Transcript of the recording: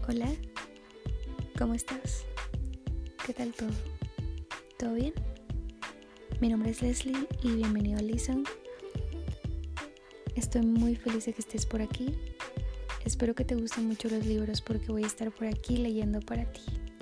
Hola, ¿cómo estás? ¿Qué tal todo? ¿Todo bien? Mi nombre es Leslie y bienvenido a Listen. Estoy muy feliz de que estés por aquí. Espero que te gusten mucho los libros porque voy a estar por aquí leyendo para ti.